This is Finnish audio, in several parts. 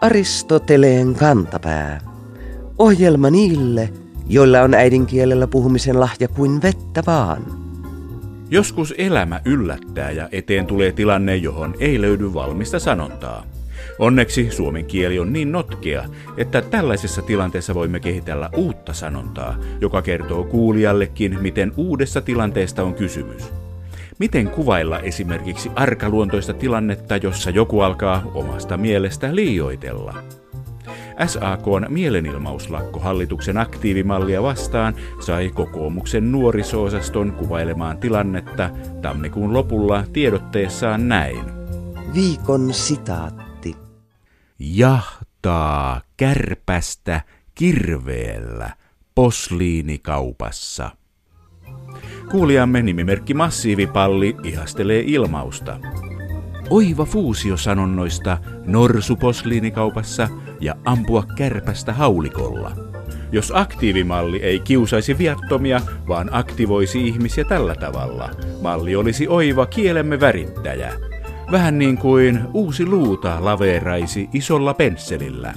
Aristoteleen kantapää. Ohjelma niille, joilla on äidinkielellä puhumisen lahja kuin vettä vaan. Joskus elämä yllättää ja eteen tulee tilanne, johon ei löydy valmista sanontaa. Onneksi suomen kieli on niin notkea, että tällaisessa tilanteessa voimme kehitellä uutta sanontaa, joka kertoo kuulijallekin, miten uudessa tilanteesta on kysymys. Miten kuvailla esimerkiksi arkaluontoista tilannetta, jossa joku alkaa omasta mielestä liioitella? SAK:n mielenilmauslakko hallituksen aktiivimallia vastaan sai kokoomuksen nuoriso-osaston kuvailemaan tilannetta tammikuun lopulla tiedotteessaan näin. Viikon sitaatti. Jahtaa kärpästä kirveellä posliinikaupassa. Kuulijamme nimimerkki Massiivipalli ihastelee ilmausta. Oiva fuusio sanonnoista norsu posliinikaupassa ja ampua kärpästä haulikolla. Jos aktiivimalli ei kiusaisi viattomia, vaan aktivoisi ihmisiä tällä tavalla, malli olisi oiva kielemme värittäjä. Vähän niin kuin uusi luuta laveeraisi isolla pensselillä.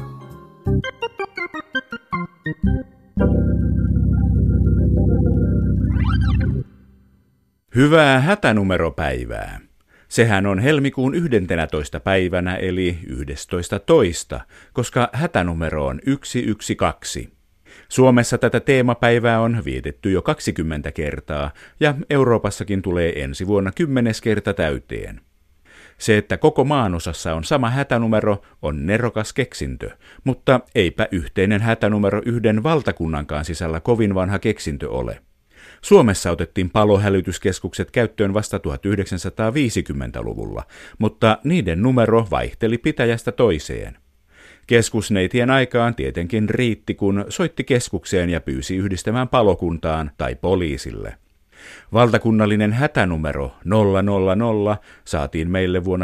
Hyvää hätänumeropäivää. Sehän on helmikuun 11. päivänä eli 11.2, koska hätänumero on 112. Suomessa tätä teemapäivää on vietetty jo 20 kertaa ja Euroopassakin tulee ensi vuonna 10. kerta täyteen. Se, että koko maanosassa on sama hätänumero, on nerokas keksintö, mutta eipä yhteinen hätänumero yhden valtakunnankaan sisällä kovin vanha keksintö ole. Suomessa otettiin palohälytyskeskukset käyttöön vasta 1950-luvulla, mutta niiden numero vaihteli pitäjästä toiseen. Keskusneitien aikaan tietenkin riitti, kun soitti keskukseen ja pyysi yhdistämään palokuntaan tai poliisille. Valtakunnallinen hätänumero 000 saatiin meille vuonna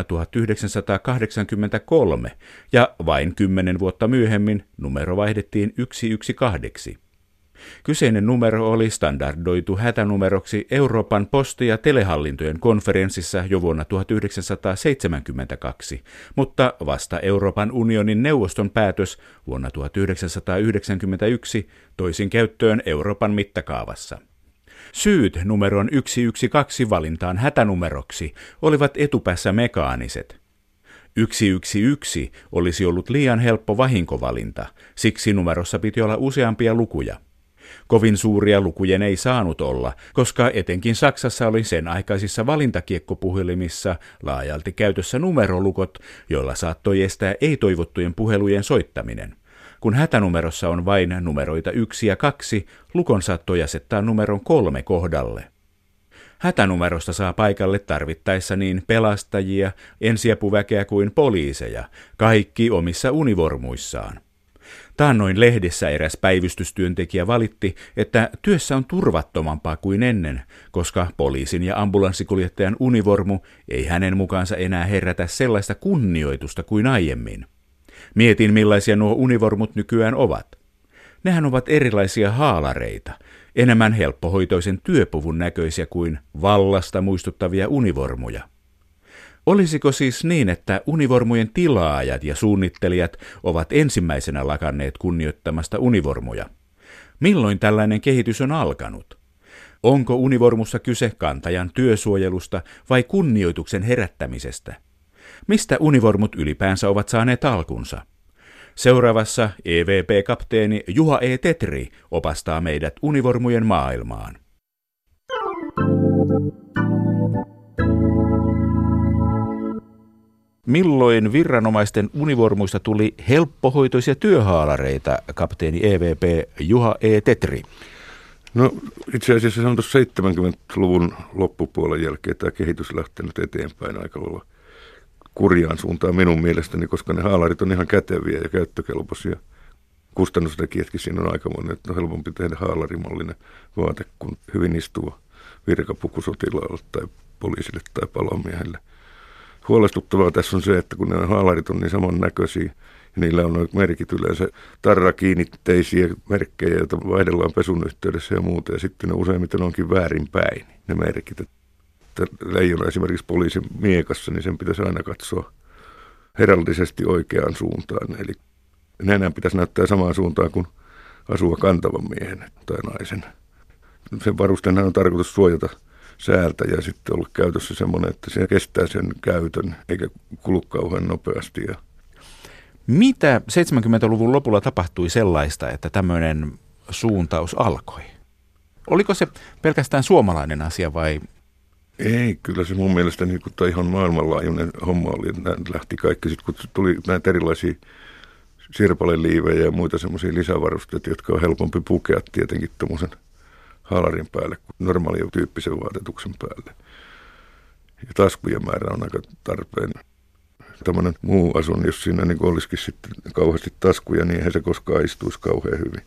1983 ja vain 10 vuotta myöhemmin numero vaihdettiin 112. Kyseinen numero oli standardoitu hätänumeroksi Euroopan posti- ja telehallintojen konferenssissa jo vuonna 1972, mutta vasta Euroopan unionin neuvoston päätös vuonna 1991 toisin käyttöön Euroopan mittakaavassa. Syyt numeron 112 valintaan hätänumeroksi olivat etupäässä mekaaniset. 111 olisi ollut liian helppo vahinkovalinta, siksi numerossa piti olla useampia lukuja. Kovin suuria lukujen ei saanut olla, koska etenkin Saksassa oli sen aikaisissa valintakiekkopuhelimissa laajalti käytössä numerolukot, joilla saattoi estää ei-toivottujen puhelujen soittaminen. Kun hätänumerossa on vain numeroita 1 ja 2, lukon saattoi asettaa numeron 3 kohdalle. Hätänumerosta saa paikalle tarvittaessa niin pelastajia, ensiapuväkeä kuin poliiseja, kaikki omissa univormuissaan. Taannoin lehdessä eräs päivystystyöntekijä valitti, että työssä on turvattomampaa kuin ennen, koska poliisin ja ambulanssikuljettajan univormu ei hänen mukaansa enää herätä sellaista kunnioitusta kuin aiemmin. Mietin, millaisia nuo univormut nykyään ovat. Nehän ovat erilaisia haalareita, enemmän helppohoitoisen työpuvun näköisiä kuin vallasta muistuttavia univormuja. Olisiko siis niin, että univormujen tilaajat ja suunnittelijat ovat ensimmäisenä lakanneet kunnioittamasta univormuja? Milloin tällainen kehitys on alkanut? Onko univormussa kyse kantajan työsuojelusta vai kunnioituksen herättämisestä? Mistä univormut ylipäänsä ovat saaneet alkunsa? Seuraavassa EVP-kapteeni Juha E. Tetri opastaa meidät univormujen maailmaan. Milloin viranomaisten univormuista tuli helppohoitoisia työhaalareita, kapteeni EVP Juha E. Tetri? No itse asiassa se on tuossa 70-luvun loppupuolen jälkeen tämä kehitys lähtenyt eteenpäin aika lailla kurjaan suuntaan minun mielestäni, koska ne haalarit on ihan käteviä ja käyttökelpoisia. Kustannustekijätkin siinä on aikamoinen, että on helpompi tehdä haalarimallinen vaate kuin hyvin istuva virkapuku sotilaalle tai poliisille tai palomiehelle. Huolestuttavaa tässä on se, että kun ne haalarit on niin samannäköisiä ja niillä on merkit yleensä tarrakiinnitteisiä merkkejä, joita vaihdellaan pesun yhteydessä ja muuta, ja sitten ne useimmiten onkin väärinpäin ne merkit. Leijona esimerkiksi poliisin miekassa, niin sen pitäisi aina katsoa heraldisesti oikeaan suuntaan. Eli nenän pitäisi näyttää samaan suuntaan kuin asuva kantavan miehen tai naisen. Sen varusteena on tarkoitus suojata säältä ja sitten olla käytössä semmoinen, että se kestää sen käytön eikä kulu kauhean nopeasti. Mitä 70-luvun lopulla tapahtui sellaista, että tämmöinen suuntaus alkoi? Oliko se pelkästään suomalainen asia vai? Ei, kyllä se mun mielestä niin ihan maailmanlaajuinen homma oli. Nämä lähti kaikki sitten, kun tuli näitä erilaisia sirpaleliivejä ja muita semmoisia lisävarusteita, jotka on helpompi pukea tietenkin tuommoisen haalarin päälle kuin normaalin tyyppisen vaatetuksen päälle. Ja taskujen määrä on aika tarpeen. Tämmöinen muu asun, jos siinä niin olisikin sitten kauheasti taskuja, niin eihän se koskaan istuisi kauhean hyvin.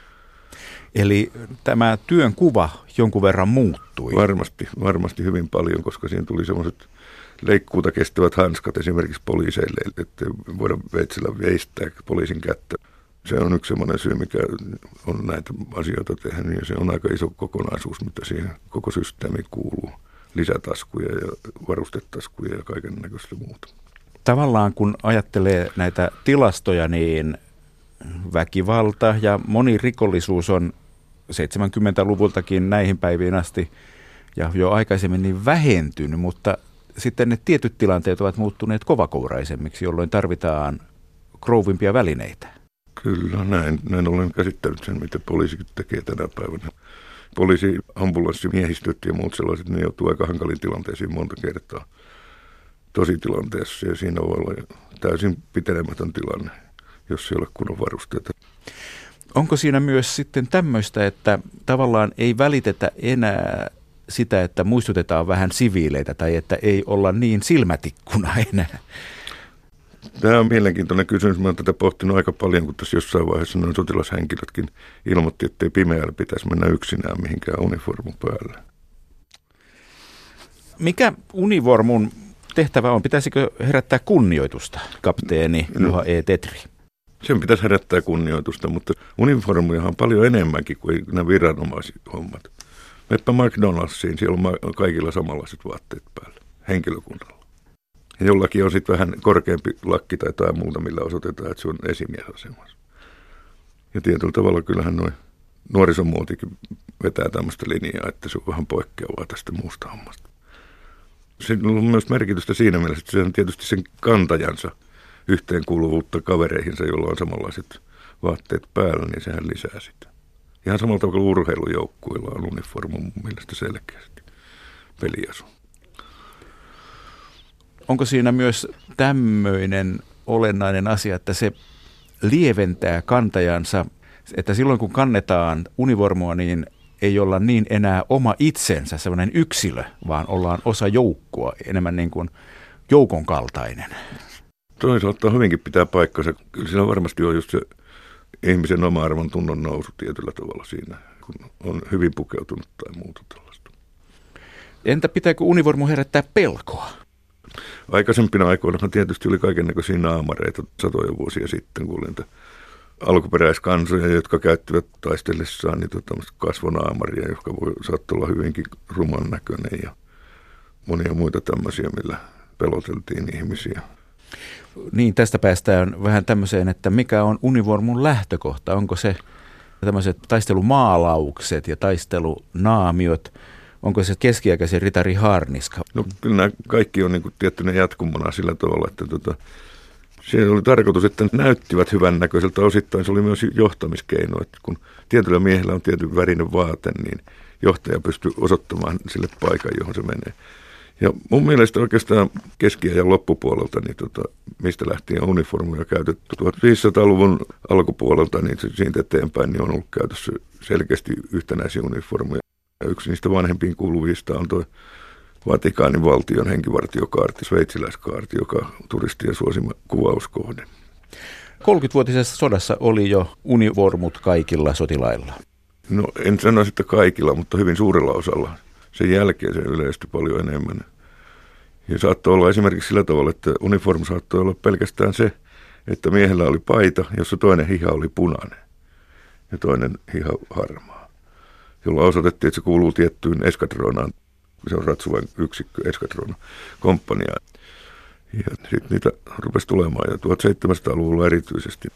Eli tämä työn kuva jonkun verran muuttui? Varmasti hyvin paljon, koska siinä tuli semmoiset leikkuuta kestävät hanskat esimerkiksi poliiseille, että voida veitsellä veistää poliisin kättä. Se on yksi semmoinen syy, mikä on näitä asioita tehnyt, ja se on aika iso kokonaisuus, mitä siihen koko systeemiin kuuluu. Lisätaskuja ja varustetaskuja ja kaiken näköistä muuta. Tavallaan kun ajattelee näitä tilastoja, niin väkivalta ja moni rikollisuus on 70-luvultakin näihin päiviin asti ja jo aikaisemmin niin vähentynyt, mutta sitten ne tietyt tilanteet ovat muuttuneet kovakouraisemmiksi, jolloin tarvitaan krouvimpia välineitä. Kyllä, näin olen käsittänyt sen, mitä poliisi tekee tänä päivänä. Poliisi, ambulanssimiehistöt ja muut sellaiset, ne joutuu aika hankaliin tilanteisiin monta kertaa tositilanteessa, ja siinä voi olla täysin pitelemätön tilanne, jos ei ole kunnon varusteita. Onko siinä myös sitten tämmöistä, että tavallaan ei välitetä enää sitä, että muistutetaan vähän siviileitä tai että ei olla niin silmätikkuna enää? Tämä on mielenkiintoinen kysymys. Mä olen tätä pohtinut aika paljon, kun tässä jossain vaiheessa noin sotilashenkilötkin ilmoitti, että ei pimeällä pitäisi mennä yksinään mihinkään univormun päälle. Mikä univormun tehtävä on? Pitäisikö herättää kunnioitusta, kapteeni Juha E. Tetri? Sen pitäisi herättää kunnioitusta, mutta univormuja on paljon enemmänkin kuin nämä viranomaishommat. Meppä McDonald'siin, siellä on kaikilla samanlaiset vaatteet päällä, henkilökunnalla. Ja jollakin on sitten vähän korkeampi lakki tai jotain muuta, millä osoitetaan, että se on esimiesasemassa. Ja tietyllä tavalla kyllähän nuo nuorisomuotikin vetää tämmöistä linjaa, että se on vähän poikkeavaa tästä muusta hommasta. Se on myös merkitystä siinä mielessä, että se on tietysti sen kantajansa yhteenkuuluvuutta kavereihinsa, jolla on samanlaiset vaatteet päällä, niin sehän lisää sitä. Ihan samalla tavalla kuin urheilujoukkuilla on uniformu mun mielestä selkeästi peliasu. Onko siinä myös tämmöinen olennainen asia, että se lieventää kantajansa, että silloin kun kannetaan univormua, niin ei olla niin enää oma itsensä, sellainen yksilö, vaan ollaan osa joukkoa, enemmän niin kuin joukon kaltainen? Toisaalta hyvinkin pitää paikkansa. Kyllä siinä varmasti on just se ihmisen oma arvon tunnon nousu tietyllä tavalla siinä, kun on hyvin pukeutunut tai muuta tällaista. Entä pitääkö univormu herättää pelkoa? Aikaisempina aikoina tietysti oli kaikennäköisiä naamareita satoja vuosia sitten, kun oli niitä alkuperäiskansoja, jotka käyttivät taistellessaan niin kasvonaamaria, joka saattoi olla hyvinkin ruman näköinen ja monia muita tämmöisiä, millä peloteltiin ihmisiä. Niin, tästä päästään vähän tämmöiseen, että mikä on univormun lähtökohta? Onko se tämmöiset taistelumaalaukset ja taistelunaamiot? Onko se keskiaikaisen ritari haarniska? No kyllä nämä kaikki on niin kuin tiettynä jatkumona sillä tavalla, että se oli tarkoitus, että näyttivät hyvän näköiseltä. Osittain se oli myös johtamiskeino, että kun tietyllä miehellä on tietyn värinen vaate, niin johtaja pystyy osoittamaan sille paikan, johon se menee. Ja mun mielestä oikeastaan keskiajan loppupuolelta, niin mistä lähtien uniformuja käytetty 1500-luvun alkupuolelta, niin siitä eteenpäin niin on ollut käytössä selkeästi yhtenäisiä uniformuja. Ja yksi niistä vanhempiin kuuluvista on tuo Vatikaanin valtion henkivartiokaarti, sveitsiläiskaarti, joka on turistien suosima kuvauskohde. 30-vuotisessa sodassa oli jo univormut kaikilla sotilailla. No en sanoisi, että kaikilla, mutta hyvin suurella osalla. Sen jälkeen se yleistyi paljon enemmän. Ja saattoi olla esimerkiksi sillä tavalla, että uniformu saattoi olla pelkästään se, että miehellä oli paita, jossa toinen hiha oli punainen ja toinen hiha harmaa, jolla osoitettiin, että se kuuluu tiettyyn eskadronaan. Se on ratsuvain yksikkö, eskadrona, komppania. Ja sitten niitä rupesi tulemaan jo 1700-luvulla erityisesti.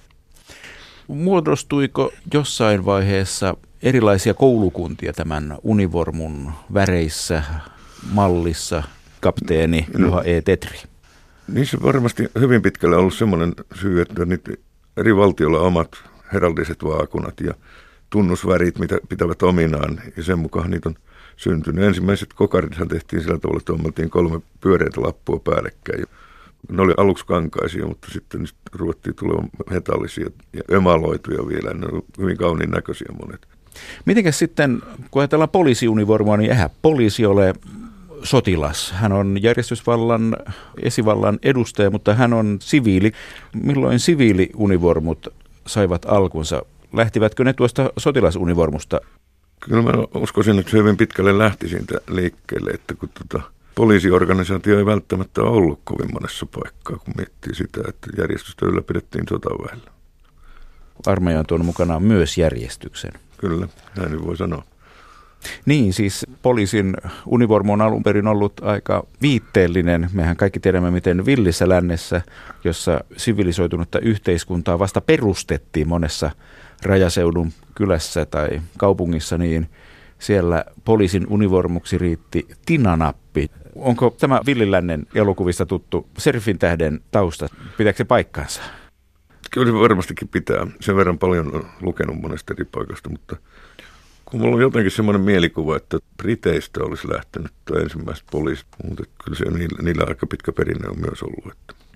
Muodostuiko jossain vaiheessa erilaisia koulukuntia tämän univormun väreissä, mallissa, kapteeni Juha E. Tetri? Niissä varmasti hyvin pitkälle on ollut semmoinen syy, että niitä eri valtioilla on omat heraldiset vaakunat ja tunnusvärit, mitä pitävät ominaan, ja sen mukaan niitä on syntynyt. Ensimmäiset kokarithan tehtiin sillä tavalla, että ommeltiin 3 pyöreitä lappua päällekkäin. Ne oli aluksi kankaisia, mutta sitten ruvettiin tulemaan metallisia ja emaloituja vielä. Ne oli hyvin kauniin näköisiä monet. Mitenkäs sitten, kun ajatellaan poliisiunivormua, niin eihän poliisi ole sotilas. Hän on järjestysvallan, esivallan edustaja, mutta hän on siviili. Milloin siviiliunivormut saivat alkunsa? Lähtivätkö ne tuosta sotilasunivormusta? Kyllä mä uskoisin, että se hyvin pitkälle lähti siitä liikkeelle, että kun poliisiorganisaatio ei välttämättä ollut kovin monessa paikkaa, kun miettii sitä, että järjestystä ylläpidettiin sotaväellä. Armeija on tuonut mukanaan myös järjestyksen. Kyllä, näin voi sanoa. Niin, siis poliisin univormu on alun perin ollut aika viitteellinen. Mehän kaikki tiedämme, miten villissä lännessä, jossa sivilisoitunutta yhteiskuntaa vasta perustettiin monessa rajaseudun kylässä tai kaupungissa, niin siellä poliisin univormuksi riitti tinanappi. Onko tämä villilännen elokuvista tuttu Serifin tähden tausta? Pitääkö se paikkaansa? Kyllä se varmastikin pitää. Sen verran paljon on lukenut monesta eri paikasta, mutta kun mulla on jotenkin semmoinen mielikuva, että Briteistä olisi lähtenyt ensimmäiset poliisit, mutta kyllä se niillä aika pitkä perinne on myös ollut.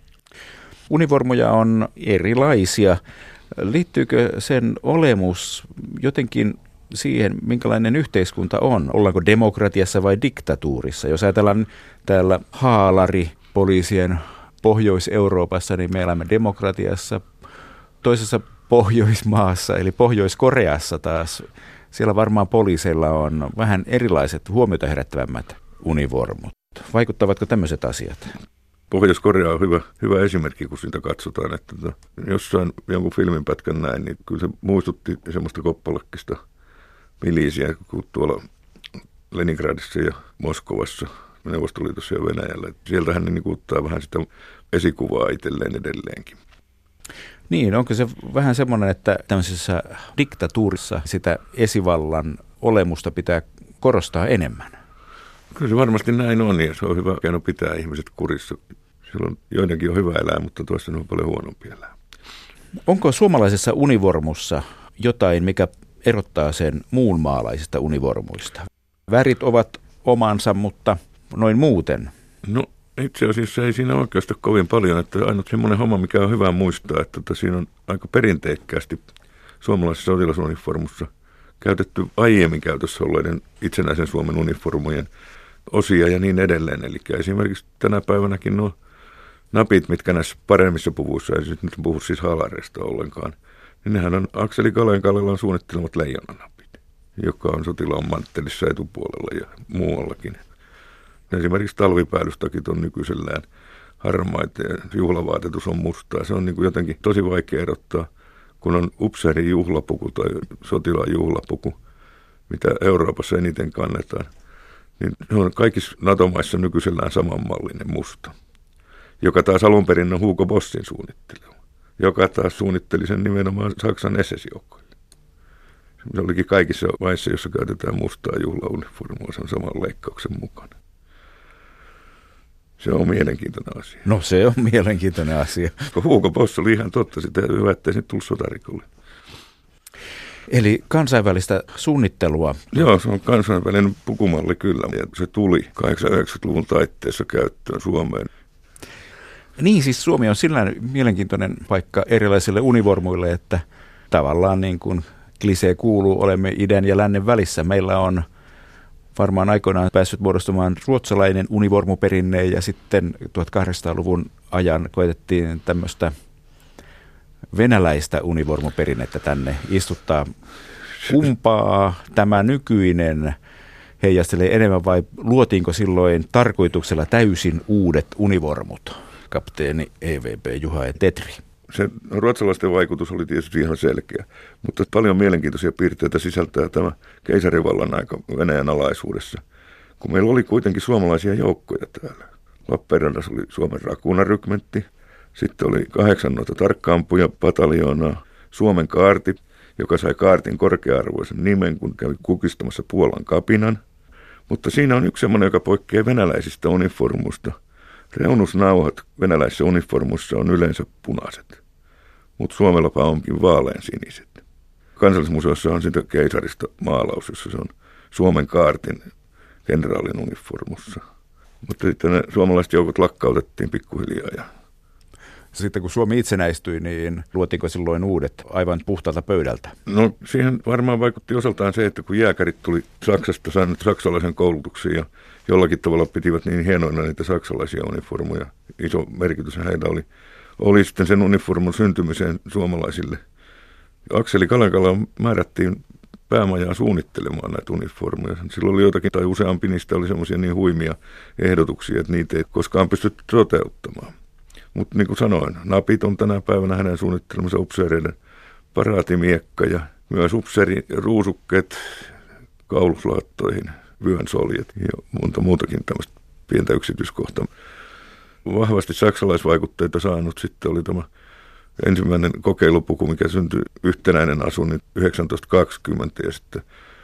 Univormuja on erilaisia. Liittyykö sen olemus jotenkin siihen, minkälainen yhteiskunta on? Ollaanko demokratiassa vai diktatuurissa? Jos ajatellaan täällä haalaripoliisien Pohjois-Euroopassa, niin me elämme demokratiassa. Toisessa Pohjoismaassa, eli Pohjois-Koreassa taas, siellä varmaan poliiseilla on vähän erilaiset huomiota herättävämmät univormut. Vaikuttavatko tämmöiset asiat? Pohjois-Korea on hyvä esimerkki, kun sitä katsotaan, että jossain jonkun filminpätkän näin, niin kyllä se muistutti semmoista koppalakkista milisiä kuin tuolla Leningradissa ja Moskovassa, Neuvostoliitossa ja Venäjällä. Sieltähän ne ottaa vähän sitä esikuvaa itselleen edelleenkin. Niin, onko se vähän semmoinen, että tämmöisessä diktatuurissa sitä esivallan olemusta pitää korostaa enemmän? Kyllä se varmasti näin on, ja se on hyvä keino pitää ihmiset kurissa. Silloin joidenkin on hyvä elää, mutta toista on paljon huonompi elää. Onko suomalaisessa univormussa jotain, mikä erottaa sen muun maalaisista univormuista? Värit ovat omansa, mutta noin muuten. No itse asiassa ei siinä oikeastaan kovin paljon, että ainut semmoinen homma, mikä on hyvä muistaa, että siinä on aika perinteikkäästi suomalaisessa sotilasuniformussa käytetty aiemmin käytössä olleiden itsenäisen Suomen uniformujen osia ja niin edelleen. Eli esimerkiksi tänä päivänäkin nuo napit, mitkä näissä paremmissa puvuissa, ei nyt puhu siis haalareista ollenkaan, niin nehän on Akseli Kalenkallelan suunnittelemat leijonanapit, joka on sotilaan manttelissa etupuolella ja muuallakin. Esimerkiksi talvipäälystakit on nykyisellään harmaita ja juhlavaatetus on mustaa. Se on niin kuin jotenkin tosi vaikea erottaa, kun on upseerin juhlapuku tai sotilaan juhlapuku, mitä Euroopassa eniten kannetaan. Niin se on kaikissa NATO-maissa nykyisellään samanmallinen musta, joka taas alun perin on Hugo Bossin suunnittelema, joka taas suunnitteli sen nimenomaan Saksan SS-joukkoille. Se olikin kaikissa maissa, jossa käytetään mustaa juhlauniformua, se on saman leikkauksen mukana. Se on mielenkiintoinen asia. No se on mielenkiintoinen asia. Hugo Boss oli ihan totta, sitä hyvä, ettei se tullut sotarikolle. Eli kansainvälistä suunnittelua. Joo, se on kansainvälinen pukumalli kyllä, ja se tuli 80-90-luvun taitteessa käyttöön Suomeen. Niin, siis Suomi on sillä mielenkiintoinen paikka erilaisille univormuille, että tavallaan niin kuin klisee kuuluu, olemme idän ja lännen välissä. Meillä on varmaan aikoinaan päässyt muodostumaan ruotsalainen univormuperinne ja sitten 1800-luvun ajan koetettiin tämmöistä venäläistä univormuperinnettä tänne istuttaa. Kumpaa tämä nykyinen heijastelee enemmän vai luotiinko silloin tarkoituksella täysin uudet univormut? Kapteeni EVP Juha E. Tetri. Se ruotsalaisten vaikutus oli tietysti ihan selkeä, mutta paljon mielenkiintoisia piirteitä sisältää tämä keisarivallan aika Venäjän alaisuudessa, kun meillä oli kuitenkin suomalaisia joukkoja täällä. Lappeenrannassa oli Suomen rakunarykmentti. Sitten oli 8 tarkkaampuja pataljoonaa, Suomen kaarti, joka sai kaartin korkea-arvoisen nimen, kun kävi kukistamassa Puolan kapinan. Mutta siinä on yksi semmoinen, joka poikkeaa venäläisistä uniformusta. Reunusnauhat venäläisissä uniformussa on yleensä punaiset, mutta Suomellapa onkin vaaleansiniset. Kansallismuseossa on sitä keisarista maalaus, jossa se on Suomen kaartin kenraalin uniformussa. Mutta sitten ne suomalaiset joukot lakkautettiin pikkuhiljaa. Ja sitten kun Suomi itsenäistyi, niin luotiinko silloin uudet aivan puhtaalta pöydältä? No siihen varmaan vaikutti osaltaan se, että kun jääkärit tuli Saksasta saaneet saksalaisen koulutuksen ja jollakin tavalla pitivät niin hienoina niitä saksalaisia uniformuja. Iso merkitys heillä oli sitten sen uniformun syntymiseen suomalaisille. Akseli Kalenkala määrättiin päämajaan suunnittelemaan näitä uniformuja. Silloin oli jotakin tai useampi niistä oli semmoisia niin huimia ehdotuksia, että niitä ei koskaan pystytty toteuttamaan. Mutta niin kuin sanoin, napit on tänä päivänä hänen suunnittelemansa upseereiden paraatimiekka ja myös upseerin ruusukkeet kauluslaattoihin, vyönsoljet ja monta muutakin tämmöistä pientä yksityiskohtaa. Vahvasti saksalaisvaikutteita saanut sitten oli tämä ensimmäinen kokeilupuku, mikä syntyi yhtenäinen asu niin 1920 ja sitten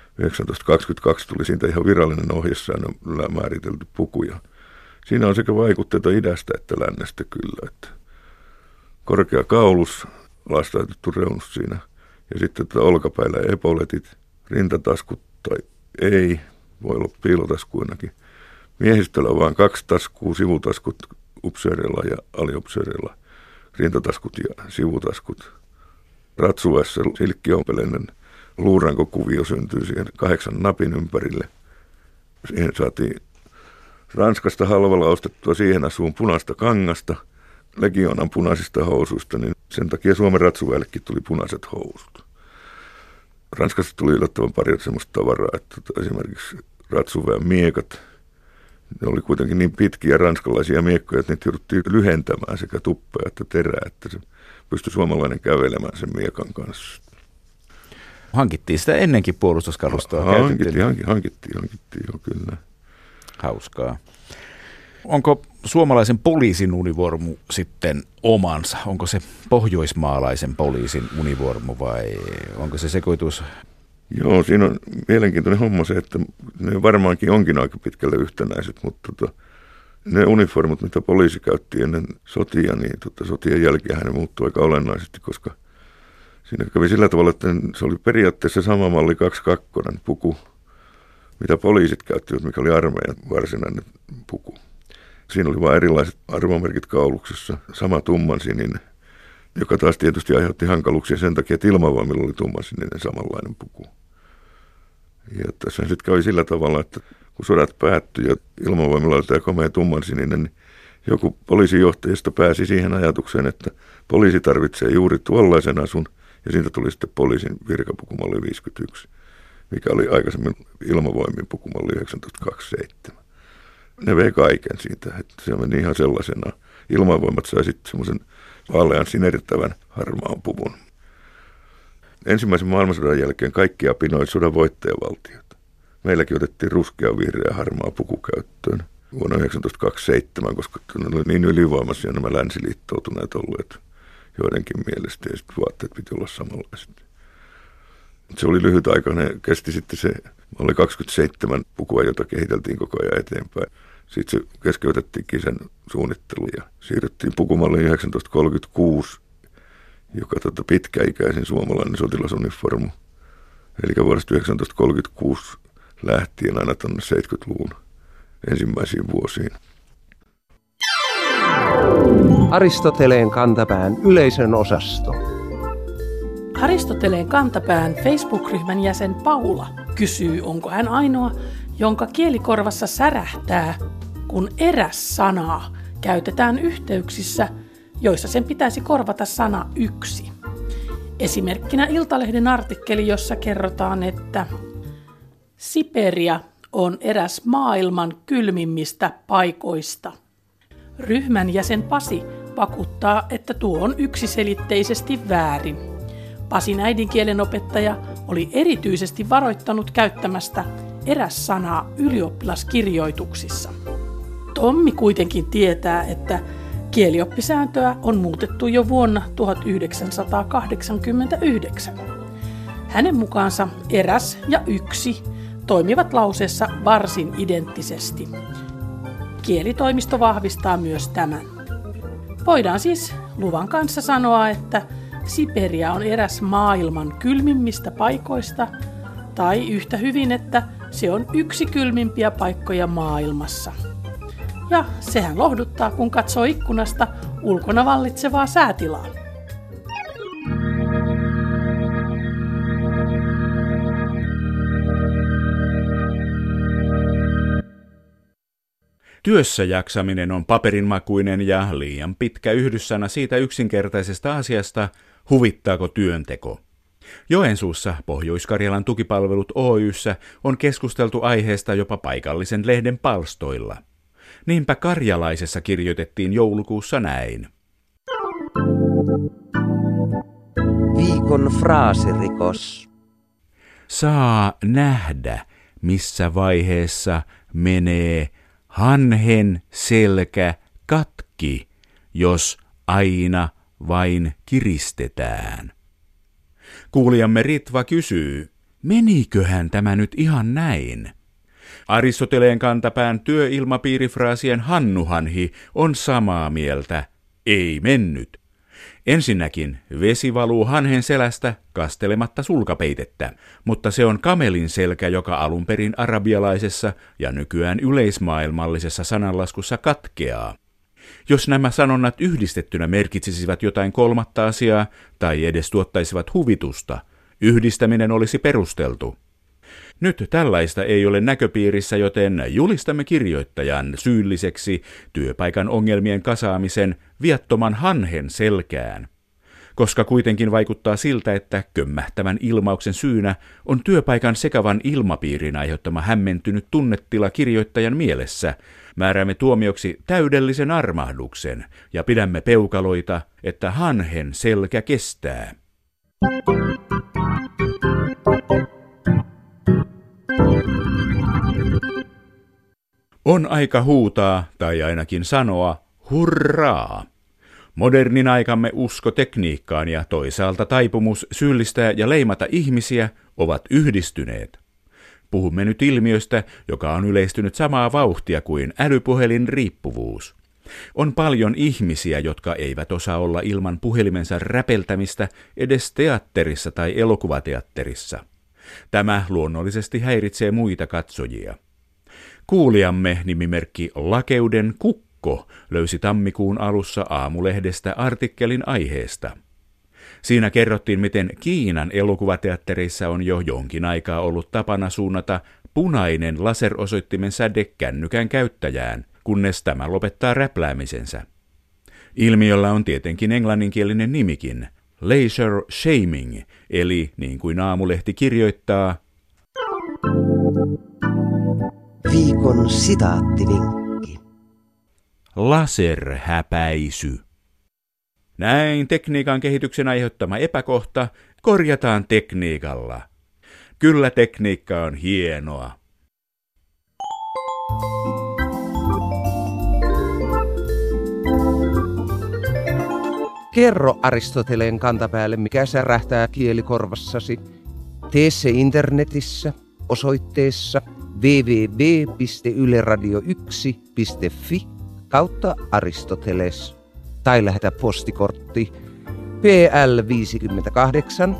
1922 tuli siitä ihan virallinen ohjesäännöllä määritelty puku. Ja siinä on sekä vaikutteita idästä että lännestä kyllä, että korkea kaulus, lastaitettu reunus siinä ja sitten olkapäillä epauletit, rintataskut tai ei, voi olla piilotaskuinakin. Miehistöllä on vain 2 taskua, sivutaskut upseereilla ja aliupseereilla, rintataskut ja sivutaskut. Ratsuväessä silkkiompeleinen luurankokuvio syntyy siihen 8 napin ympärille. Siihen saatiin Ranskasta halvalla ostettua siihen asuun punaista kangasta, Legionan punaisista housuista, niin sen takia Suomen ratsuväellekin tuli punaiset housut. Ranskasta tuli yllättävän paljon semmoista tavaraa, että esimerkiksi ratsuväen miekat, ne oli kuitenkin niin pitkiä ranskalaisia miekkoja, että niitä jouduttiin lyhentämään sekä tuppea että terää, että se pystyi suomalainen kävelemään sen miekan kanssa. Hankittiin sitä ennenkin puolustuskalustoa? Hankittiin jo kyllä. Hauskaa. Onko suomalaisen poliisin univormu sitten omansa? Onko se pohjoismaalaisen poliisin univormu vai onko se sekoitus? Joo, siinä on mielenkiintoinen homma se, että ne varmaankin onkin aika pitkälle yhtenäiset, mutta ne uniformut, mitä poliisi käytti ennen sotia, niin sotien jälkeen ne muuttui aika olennaisesti, koska siinä kävi sillä tavalla, että se oli periaatteessa sama malli 22 puku, mitä poliisit käyttivät, mikä oli armeijan varsinainen puku. Siinä oli vain erilaiset arvomerkit kauluksessa, sama tummansininen, joka taas tietysti aiheutti hankaluuksia sen takia, että ilmavoimilla oli tummansininen samanlainen puku. Ja tässä sitten kävi sillä tavalla, että kun sodat päättyi ja ilmavoimilla oli tämä komea tummansininen, niin joku poliisijohtajista pääsi siihen ajatukseen, että poliisi tarvitsee juuri tuollaisen asun, ja siitä tuli sitten poliisin virkapukumalli 51, mikä oli aikaisemmin ilmavoimien pukumalli 1927. Ne vei kaiken siitä, että se meni ihan sellaisena. Ilmavoimat sai sitten semmoisen vaalean sinertävän harmaan puvun. Ensimmäisen maailmansodan jälkeen kaikki apinoi sodan voittajavaltiot. Meilläkin otettiin ruskea, vihreä, harmaa puku käyttöön vuonna 1927, koska ne oli niin ylivoimaisia nämä länsiliittoutuneet olleet joidenkin mielestä, ja sitten vaatteet piti olla samanlaiset. Se oli lyhytaikainen, kesti sitten se, oli 27 pukua, jota kehiteltiin koko ajan eteenpäin. Sitten se keskeytettiinkin sen suunnittelu ja siirryttiin pukumalliin 1936, joka pitkäikäisin suomalainen sotilasuniformu. Eli vuodesta 1936 lähtien aina tuonne 70-luvun ensimmäisiin vuosiin. Aristoteleen kantapään yleisön osasto. Aristoteleen kantapään Facebook-ryhmän jäsen Paula kysyy, onko hän ainoa, jonka kielikorvassa särähtää, kun eräs-sanaa käytetään yhteyksissä, joissa sen pitäisi korvata sana yksi. Esimerkkinä Iltalehden artikkeli, jossa kerrotaan, että Siberia on eräs maailman kylmimmistä paikoista. Ryhmän jäsen Pasi vakuuttaa, että tuo on yksiselitteisesti väärin. Pasin äidinkielen opettaja oli erityisesti varoittanut käyttämästä eräs-sanaa ylioppilaskirjoituksissa. Tommi kuitenkin tietää, että kielioppisääntöä on muutettu jo vuonna 1989. Hänen mukaansa eräs ja yksi toimivat lauseessa varsin identtisesti. Kielitoimisto vahvistaa myös tämän. Voidaan siis luvan kanssa sanoa, että Siberia on eräs maailman kylmimmistä paikoista, tai yhtä hyvin, että se on yksi kylmimpiä paikkoja maailmassa. Ja sehän lohduttaa, kun katsoo ikkunasta ulkona vallitsevaa säätilaa. Työssä jaksaminen on paperinmakuinen ja liian pitkä yhdyssana siitä yksinkertaisesta asiasta, huvittaako työnteko. Joensuussa Pohjois-Karjalan tukipalvelut Oy:ssä on keskusteltu aiheesta jopa paikallisen lehden palstoilla. Niinpä Karjalaisessa kirjoitettiin joulukuussa näin. Viikon fraasirikos. Saa nähdä, missä vaiheessa menee hanhen selkä katki, jos aina vain kiristetään. Kuulijamme Ritva kysyy, meniköhän tämä nyt ihan näin? Aristoteleen kantapään työilmapiirifraasien hannuhanhi on samaa mieltä, ei mennyt. Ensinnäkin vesi valuu hanhen selästä kastelematta sulkapeitettä, mutta se on kamelin selkä, joka alun perin arabialaisessa ja nykyään yleismaailmallisessa sananlaskussa katkeaa. Jos nämä sanonnat yhdistettynä merkitsisivät jotain kolmatta asiaa tai edes tuottaisivat huvitusta, yhdistäminen olisi perusteltu. Nyt tällaista ei ole näköpiirissä, joten julistamme kirjoittajan syylliseksi työpaikan ongelmien kasaamisen viattoman hanhen selkään. Koska kuitenkin vaikuttaa siltä, että kömmähtävän ilmauksen syynä on työpaikan sekavan ilmapiirin aiheuttama hämmentynyt tunnetila kirjoittajan mielessä, määräämme tuomioksi täydellisen armahduksen ja pidämme peukaloita, että hanhen selkä kestää. On aika huutaa, tai ainakin sanoa, hurraa! Modernin aikamme usko tekniikkaan ja toisaalta taipumus syyllistää ja leimata ihmisiä ovat yhdistyneet. Puhumme nyt ilmiöstä, joka on yleistynyt samaa vauhtia kuin älypuhelin riippuvuus. On paljon ihmisiä, jotka eivät osaa olla ilman puhelimensa räpeltämistä edes teatterissa tai elokuvateatterissa. Tämä luonnollisesti häiritsee muita katsojia. Kuulijamme nimimerkki Lakeuden Kukko löysi tammikuun alussa Aamulehdestä artikkelin aiheesta. Siinä kerrottiin, miten Kiinan elokuvateattereissa on jo jonkin aikaa ollut tapana suunnata punainen laserosoittimen säde kännykän käyttäjään, kunnes tämä lopettaa räpläämisensä. Ilmiöllä on tietenkin englanninkielinen nimikin, laser shaming, eli niin kuin Aamulehti kirjoittaa, Viikon sitaattivinkki. laserhäpäisy. Näin tekniikan kehityksen aiheuttama epäkohta korjataan tekniikalla. Kyllä tekniikka on hienoa. Kerro Aristoteleen kantapäälle, mikä särähtää kielikorvassasi. Tee se internetissä osoitteessa www.yleradio1.fi/Aristoteles tai lähetä postikortti PL 58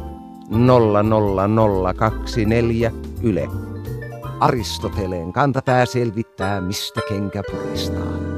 00024 Yle. Aristoteleen kantapää selvittää, mistä kenkä puristaa.